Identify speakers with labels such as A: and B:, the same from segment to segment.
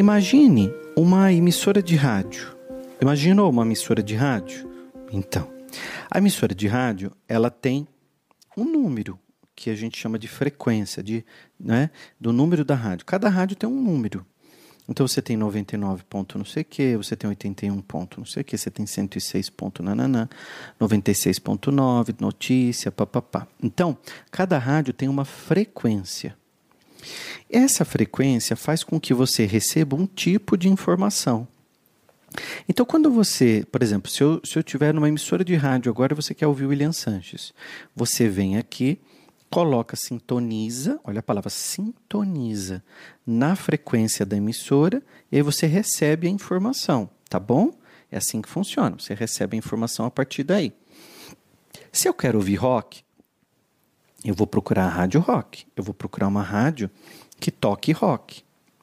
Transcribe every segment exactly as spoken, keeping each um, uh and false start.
A: Imagine uma emissora de rádio. Imaginou uma emissora de rádio? Então, a emissora de rádio, ela tem um número que a gente chama de frequência, de, né, do número da rádio. Cada rádio tem um número. Então, você tem noventa e nove ponto não sei o quê, você tem oitenta e um ponto não sei o quê, você tem cento e seis ponto nananã, noventa e seis ponto nove, notícia, papapá. Então, cada rádio tem uma frequência. Essa frequência faz com que você receba um tipo de informação. Então, quando você, por exemplo, se eu, se eu tiver numa emissora de rádio agora, você quer ouvir o William Sanches, você vem aqui, coloca, sintoniza, olha a palavra, sintoniza na frequência da emissora e aí você recebe a informação, tá bom? É assim que funciona, você recebe a informação a partir daí. Se eu quero ouvir rock, eu vou procurar a rádio rock, eu vou procurar uma rádio que toque rock.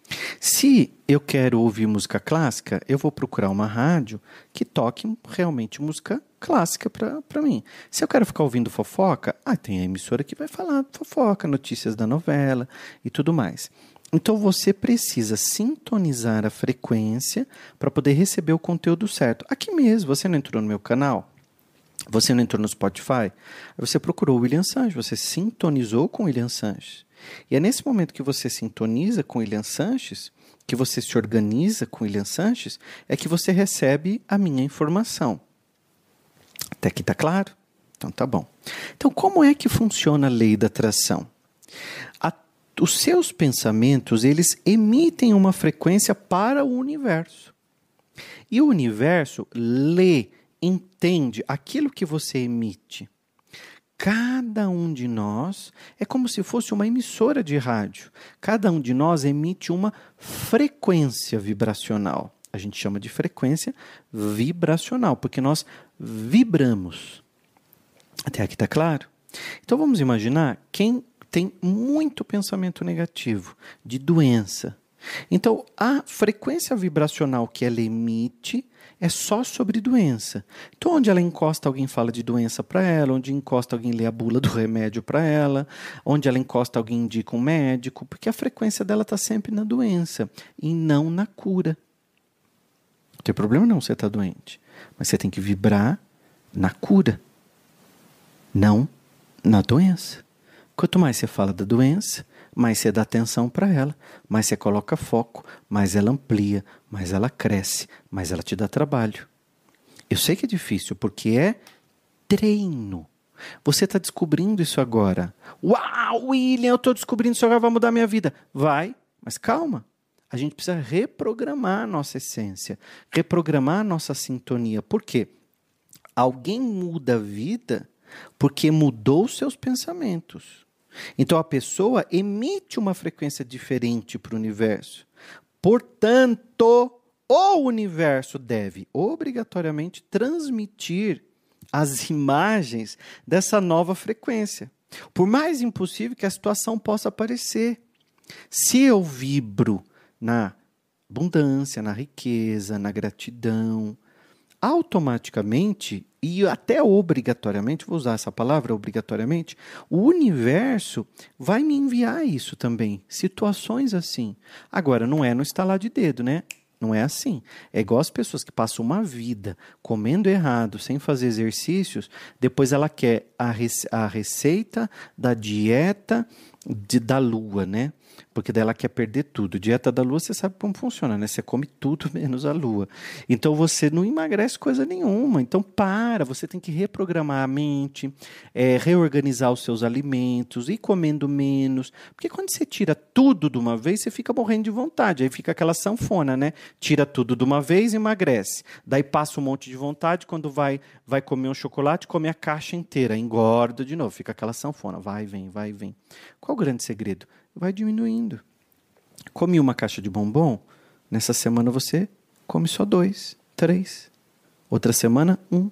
A: Se eu quero ouvir música clássica, eu vou procurar uma rádio que toque realmente música clássica para mim. Se eu quero ficar ouvindo fofoca, ah, tem a emissora que vai falar fofoca, notícias da novela e tudo mais. Então você precisa sintonizar a frequência para poder receber o conteúdo certo. Aqui mesmo, você não entrou no meu canal? Você não entrou no Spotify? Você procurou o William Sanches, você sintonizou com o William Sanches. E é nesse momento que você sintoniza com o William Sanches, que você se organiza com o William Sanches, é que você recebe a minha informação. Até aqui está claro? Então tá bom. Então como é que funciona a lei da atração? A, os seus pensamentos, eles emitem uma frequência para o universo. E o universo lê, entende aquilo que você emite. Cada um de nós é como se fosse uma emissora de rádio. Cada um de nós emite uma frequência vibracional. A gente chama de frequência vibracional, porque nós vibramos. Até aqui está claro? Então vamos imaginar quem tem muito pensamento negativo, de doença. Então a frequência vibracional que ela emite é só sobre doença. Então, onde ela encosta, alguém fala de doença para ela, onde encosta, alguém lê a bula do remédio para ela, onde ela encosta, alguém indica um médico, porque a frequência dela está sempre na doença e não na cura. Não tem problema não você estar doente, mas você tem que vibrar na cura, não na doença. Quanto mais você fala da doença, mais você dá atenção para ela, mais você coloca foco, mais ela amplia, mais ela cresce, mais ela te dá trabalho. Eu sei que é difícil, porque é treino. Você está descobrindo isso agora. Uau, William, eu estou descobrindo isso agora, vai mudar a minha vida. Vai, mas calma. A gente precisa reprogramar a nossa essência, reprogramar a nossa sintonia. Por quê? Alguém muda a vida porque mudou os seus pensamentos. Então a pessoa emite uma frequência diferente para o universo. Portanto, o universo deve obrigatoriamente transmitir as imagens dessa nova frequência. Por mais impossível que a situação possa parecer. Se eu vibro na abundância, na riqueza, na gratidão, automaticamente, e até obrigatoriamente, vou usar essa palavra, obrigatoriamente, o universo vai me enviar isso também, situações assim. Agora, não é no estalar de dedo, né? Não é assim. É igual as pessoas que passam uma vida comendo errado, sem fazer exercícios, depois ela quer a, rece- a receita da dieta de, da lua, né? Porque daí ela quer perder tudo. Dieta da lua, você sabe como funciona, né? Você come tudo menos a lua. Então você não emagrece coisa nenhuma. Então para, você tem que reprogramar a mente, é, reorganizar os seus alimentos, ir comendo menos. Porque quando você tira tudo de uma vez, você fica morrendo de vontade. Aí fica aquela sanfona, né? Tira tudo de uma vez e emagrece. Daí passa um monte de vontade, quando vai, vai comer um chocolate, come a caixa inteira, engorda de novo. Fica aquela sanfona, vai e vem, vai e vem. Qual o grande segredo? Vai diminuindo. Come uma caixa de bombom, nessa semana você come só dois, três. Outra semana, um.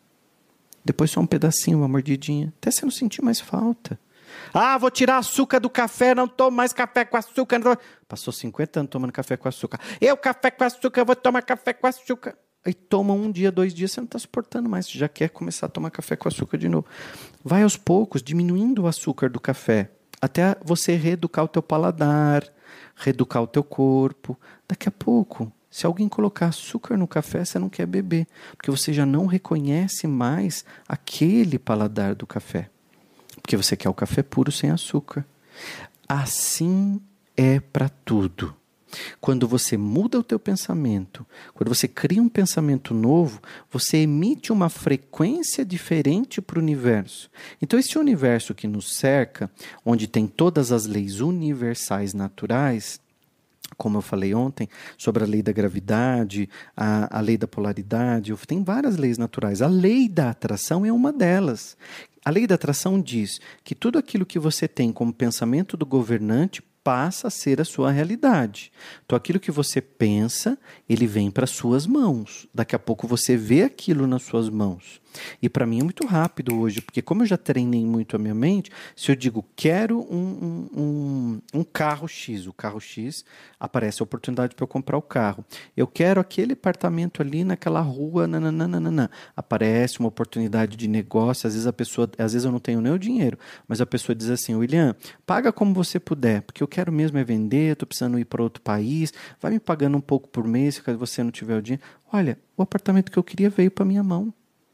A: Depois só um pedacinho, uma mordidinha. Até você não sentir mais falta. Ah, vou tirar açúcar do café, não tomo mais café com açúcar. Não... Passou cinquenta anos tomando café com açúcar. Eu, café com açúcar, eu vou tomar café com açúcar. Aí toma um dia, dois dias, você não está suportando mais. Você já quer começar a tomar café com açúcar de novo. Vai aos poucos, diminuindo o açúcar do café. Até você reeducar o teu paladar, reeducar o teu corpo. Daqui a pouco, se alguém colocar açúcar no café, você não quer beber, porque você já não reconhece mais aquele paladar do café, porque você quer o café puro sem açúcar. Assim é para tudo. Quando você muda o teu pensamento, quando você cria um pensamento novo, você emite uma frequência diferente para o universo. Então, esse universo que nos cerca, onde tem todas as leis universais naturais, como eu falei ontem, sobre a lei da gravidade, a, a lei da polaridade, tem várias leis naturais. A lei da atração é uma delas. A lei da atração diz que tudo aquilo que você tem como pensamento do governante passa a ser a sua realidade. Então, aquilo que você pensa, ele vem para as suas mãos. Daqui a pouco você vê aquilo nas suas mãos. E para mim é muito rápido hoje, porque como eu já treinei muito a minha mente, se eu digo, quero um, um, um, um carro X, o carro X, aparece a oportunidade para eu comprar o carro. Eu quero aquele apartamento ali naquela rua, nananana, aparece uma oportunidade de negócio, às vezes a pessoa, às vezes eu não tenho nem o dinheiro, mas a pessoa diz assim, William, paga como você puder, porque eu quero mesmo é vender, estou precisando ir para outro país, vai me pagando um pouco por mês, se você não tiver o dinheiro. Olha, o apartamento que eu queria veio para minha mão.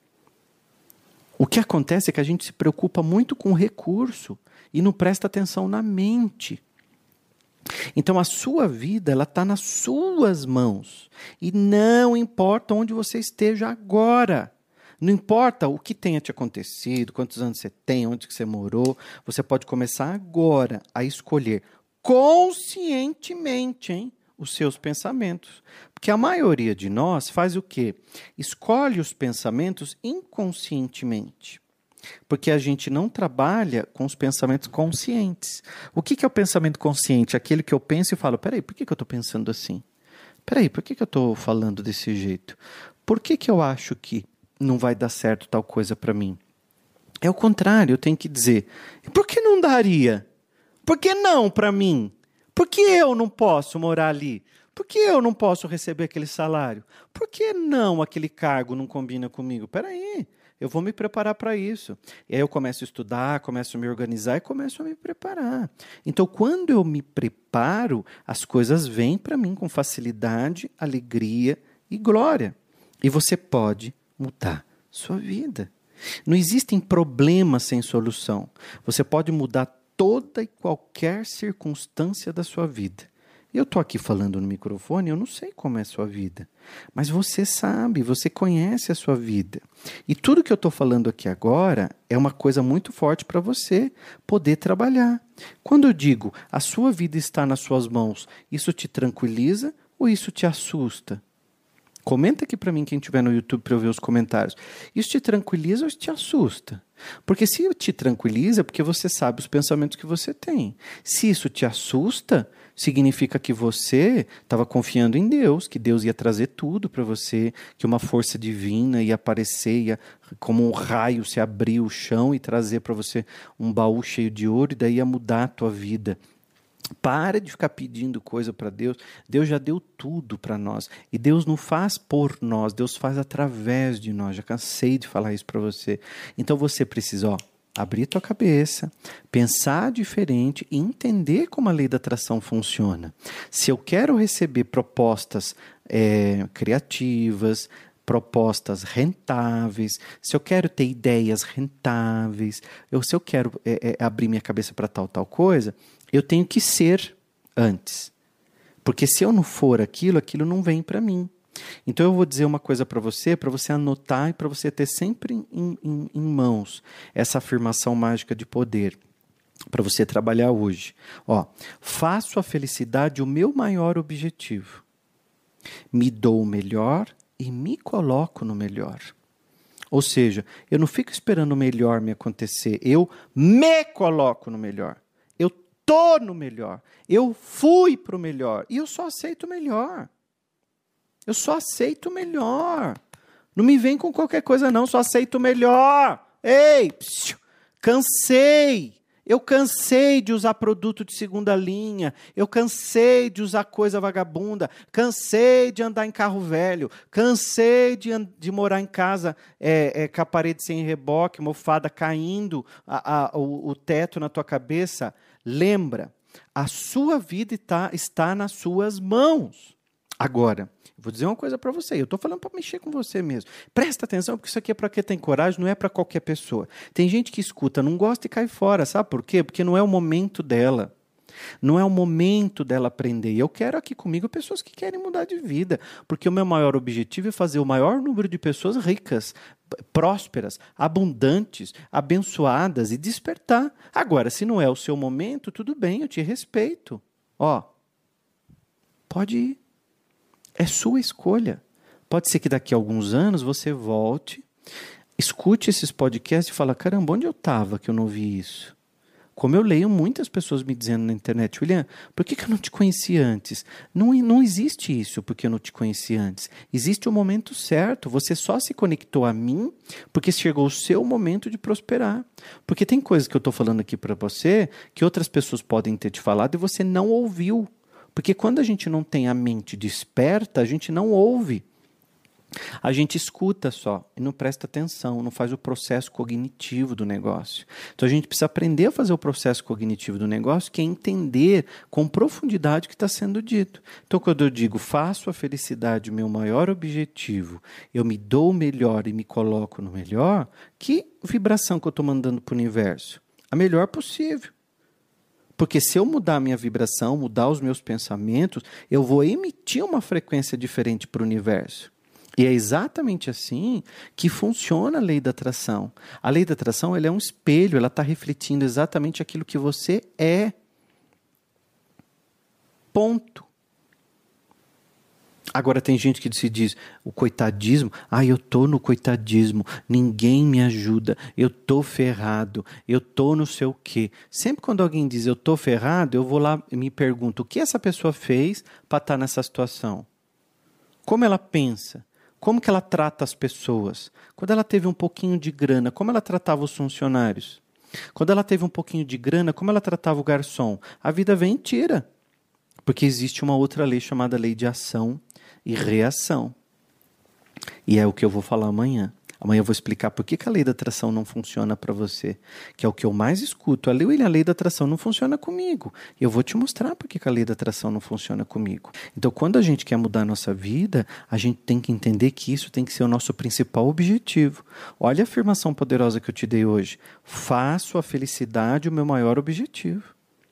A: O que acontece é que a gente se preocupa muito com o recurso e não presta atenção na mente. Então a sua vida ela está nas suas mãos e não importa onde você esteja agora. Não importa o que tenha te acontecido, quantos anos você tem, onde que você morou, você pode começar agora a escolher conscientemente, hein, os seus pensamentos. Porque a maioria de nós faz o quê? Escolhe os pensamentos inconscientemente. Porque a gente não trabalha com os pensamentos conscientes. O que, que é o pensamento consciente? Aquele que eu penso e falo, peraí, por que, que eu estou pensando assim? Peraí, por que, que eu estou falando desse jeito? Por que, que eu acho que não vai dar certo tal coisa para mim? É o contrário, eu tenho que dizer, por que não daria? Por que não para mim? Por que eu não posso morar ali? Por que eu não posso receber aquele salário? Por que não aquele cargo não combina comigo? Peraí, eu vou me preparar para isso. E aí eu começo a estudar, começo a me organizar e começo a me preparar. Então, quando eu me preparo, as coisas vêm para mim com facilidade, alegria e glória. E você pode mudar sua vida. Não existem problemas sem solução. Você pode mudar toda e qualquer circunstância da sua vida. Eu estou aqui falando no microfone, eu não sei como é a sua vida, mas você sabe, você conhece a sua vida. E tudo que eu estou falando aqui agora é uma coisa muito forte para você poder trabalhar. Quando eu digo, a sua vida está nas suas mãos, isso te tranquiliza ou isso te assusta? Comenta aqui para mim, quem estiver no YouTube, para eu ver os comentários. Isso te tranquiliza ou isso te assusta? Porque se te tranquiliza, é porque você sabe os pensamentos que você tem. Se isso te assusta, significa que você estava confiando em Deus, que Deus ia trazer tudo para você, que uma força divina ia aparecer, ia, como um raio, se abrir o chão e trazer para você um baú cheio de ouro, e daí ia mudar a tua vida. Para de ficar pedindo coisa para Deus. Deus já deu tudo para nós. E Deus não faz por nós, Deus faz através de nós. Já cansei de falar isso para você. Então você precisa, ó, abrir tua cabeça, pensar diferente e entender como a lei da atração funciona. Se eu quero receber propostas é, criativas, propostas rentáveis, se eu quero ter ideias rentáveis, eu, se eu quero é, é, abrir minha cabeça para tal, tal coisa, eu tenho que ser antes. Porque se eu não for aquilo, aquilo não vem para mim. Então eu vou dizer uma coisa para você, para você anotar e para você ter sempre em, em, em mãos essa afirmação mágica de poder, para você trabalhar hoje. Ó, faço a felicidade o meu maior objetivo. Me dou o melhor e me coloco no melhor. Ou seja, eu não fico esperando o melhor me acontecer, eu me coloco no melhor. Eu estou no melhor, eu fui para o melhor e eu só aceito o melhor. Eu só aceito o melhor. Não me vem com qualquer coisa não, só aceito o melhor. Ei, psiu, cansei. Eu cansei de usar produto de segunda linha, eu cansei de usar coisa vagabunda, cansei de andar em carro velho, cansei de, de morar em casa é, é, com a parede sem reboque, mofada caindo, a, a, o, o teto na tua cabeça. Lembra A sua vida está, está nas suas mãos. Agora, vou dizer uma coisa para você, eu estou falando para mexer com você mesmo. Presta atenção, porque isso aqui é para quem tem coragem, não é para qualquer pessoa. Tem gente que escuta, não gosta e cai fora, sabe por quê? Porque não é o momento dela. Não é o momento dela aprender. E eu quero aqui comigo pessoas que querem mudar de vida, porque o meu maior objetivo é fazer o maior número de pessoas ricas, prósperas, abundantes, abençoadas e despertar. Agora, se não é o seu momento, tudo bem, eu te respeito. Ó, pode ir. É sua escolha. Pode ser que daqui a alguns anos você volte, escute esses podcasts e fala, caramba, onde eu estava que eu não vi isso? Como eu leio muitas pessoas me dizendo na internet, William, por que, que eu não te conheci antes? Não, não existe isso porque eu não te conheci antes. Existe o momento certo. Você só se conectou a mim porque chegou o seu momento de prosperar. Porque tem coisas que eu estou falando aqui para você que outras pessoas podem ter te falado e você não ouviu. Porque quando a gente não tem a mente desperta, a gente não ouve. A gente escuta só e não presta atenção, não faz o processo cognitivo do negócio. Então a gente precisa aprender a fazer o processo cognitivo do negócio, que é entender com profundidade o que está sendo dito. Então quando eu digo, faço a felicidade o meu maior objetivo, eu me dou o melhor e me coloco no melhor, que vibração que eu estou mandando para o universo? A melhor possível. Porque se eu mudar a minha vibração, mudar os meus pensamentos, eu vou emitir uma frequência diferente para o universo. E é exatamente assim que funciona a lei da atração. A lei da atração ela é um espelho, ela está refletindo exatamente aquilo que você é. Ponto. Agora tem gente que se diz, o coitadismo, ah, eu tô no coitadismo, ninguém me ajuda, eu tô ferrado, eu tô não sei o quê. Sempre quando alguém diz eu tô ferrado, eu vou lá e me pergunto, o que essa pessoa fez para estar nessa situação? Como ela pensa? Como que ela trata as pessoas? Quando ela teve um pouquinho de grana, como ela tratava os funcionários? Quando ela teve um pouquinho de grana, como ela tratava o garçom? A vida vem e tira. Porque existe uma outra lei chamada lei de ação e reação. E é o que eu vou falar amanhã. Amanhã eu vou explicar por que, que a lei da atração não funciona para você, que é o que eu mais escuto. A lei, a lei da atração não funciona comigo. E eu vou te mostrar por que, que a lei da atração não funciona comigo. Então, quando a gente quer mudar a nossa vida, a gente tem que entender que isso tem que ser o nosso principal objetivo. Olha a afirmação poderosa que eu te dei hoje. Faço a felicidade o meu maior objetivo.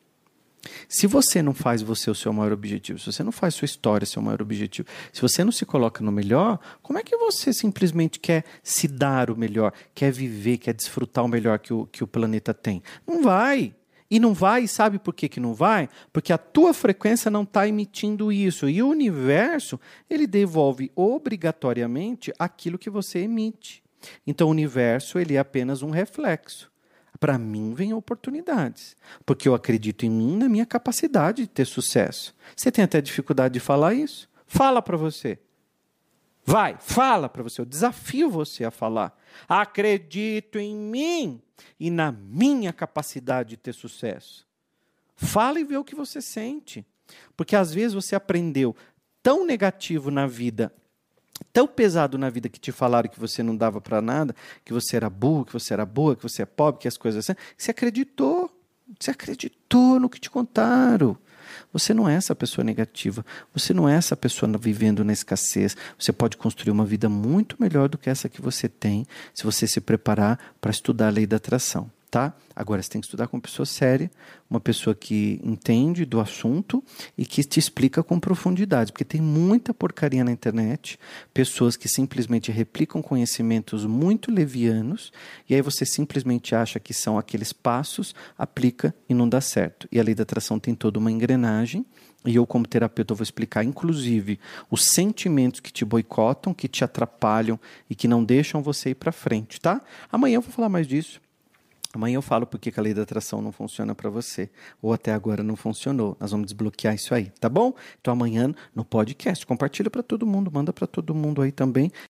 A: Se você não faz você o seu maior objetivo, se você não faz sua história o seu maior objetivo, se você não se coloca no melhor, como é que você simplesmente quer se dar o melhor, quer viver, quer desfrutar o melhor que o, que o planeta tem? Não vai. E não vai, sabe por que, que não vai? Porque a tua frequência não está emitindo isso. E o universo, ele devolve obrigatoriamente aquilo que você emite. Então o universo, ele é apenas um reflexo. Para mim, vem oportunidades, porque eu acredito em mim, na minha capacidade de ter sucesso. Você tem até dificuldade de falar isso? Fala para você. Vai, fala para você. Eu desafio você a falar. Acredito em mim e na minha capacidade de ter sucesso. Fala e vê o que você sente. Porque às vezes você aprendeu tão negativo na vida, tão pesado na vida que te falaram que você não dava para nada, que você era burro, que você era boa, que você é pobre, que as coisas assim, você acreditou, você acreditou no que te contaram. Você não é essa pessoa negativa, você não é essa pessoa vivendo na escassez, você pode construir uma vida muito melhor do que essa que você tem, se você se preparar para estudar a lei da atração. Tá? Agora, você tem que estudar com uma pessoa séria, uma pessoa que entende do assunto e que te explica com profundidade, porque tem muita porcaria na internet, pessoas que simplesmente replicam conhecimentos muito levianos, e aí você simplesmente acha que são aqueles passos, aplica e não dá certo. E a lei da atração tem toda uma engrenagem, e eu como terapeuta vou explicar, inclusive, os sentimentos que te boicotam, que te atrapalham e que não deixam você ir para frente, tá? Amanhã eu vou falar mais disso. Amanhã eu falo por que a lei da atração não funciona para você. Ou até agora não funcionou. Nós vamos desbloquear isso aí, tá bom? Então amanhã no podcast, compartilha para todo mundo, manda para todo mundo aí também.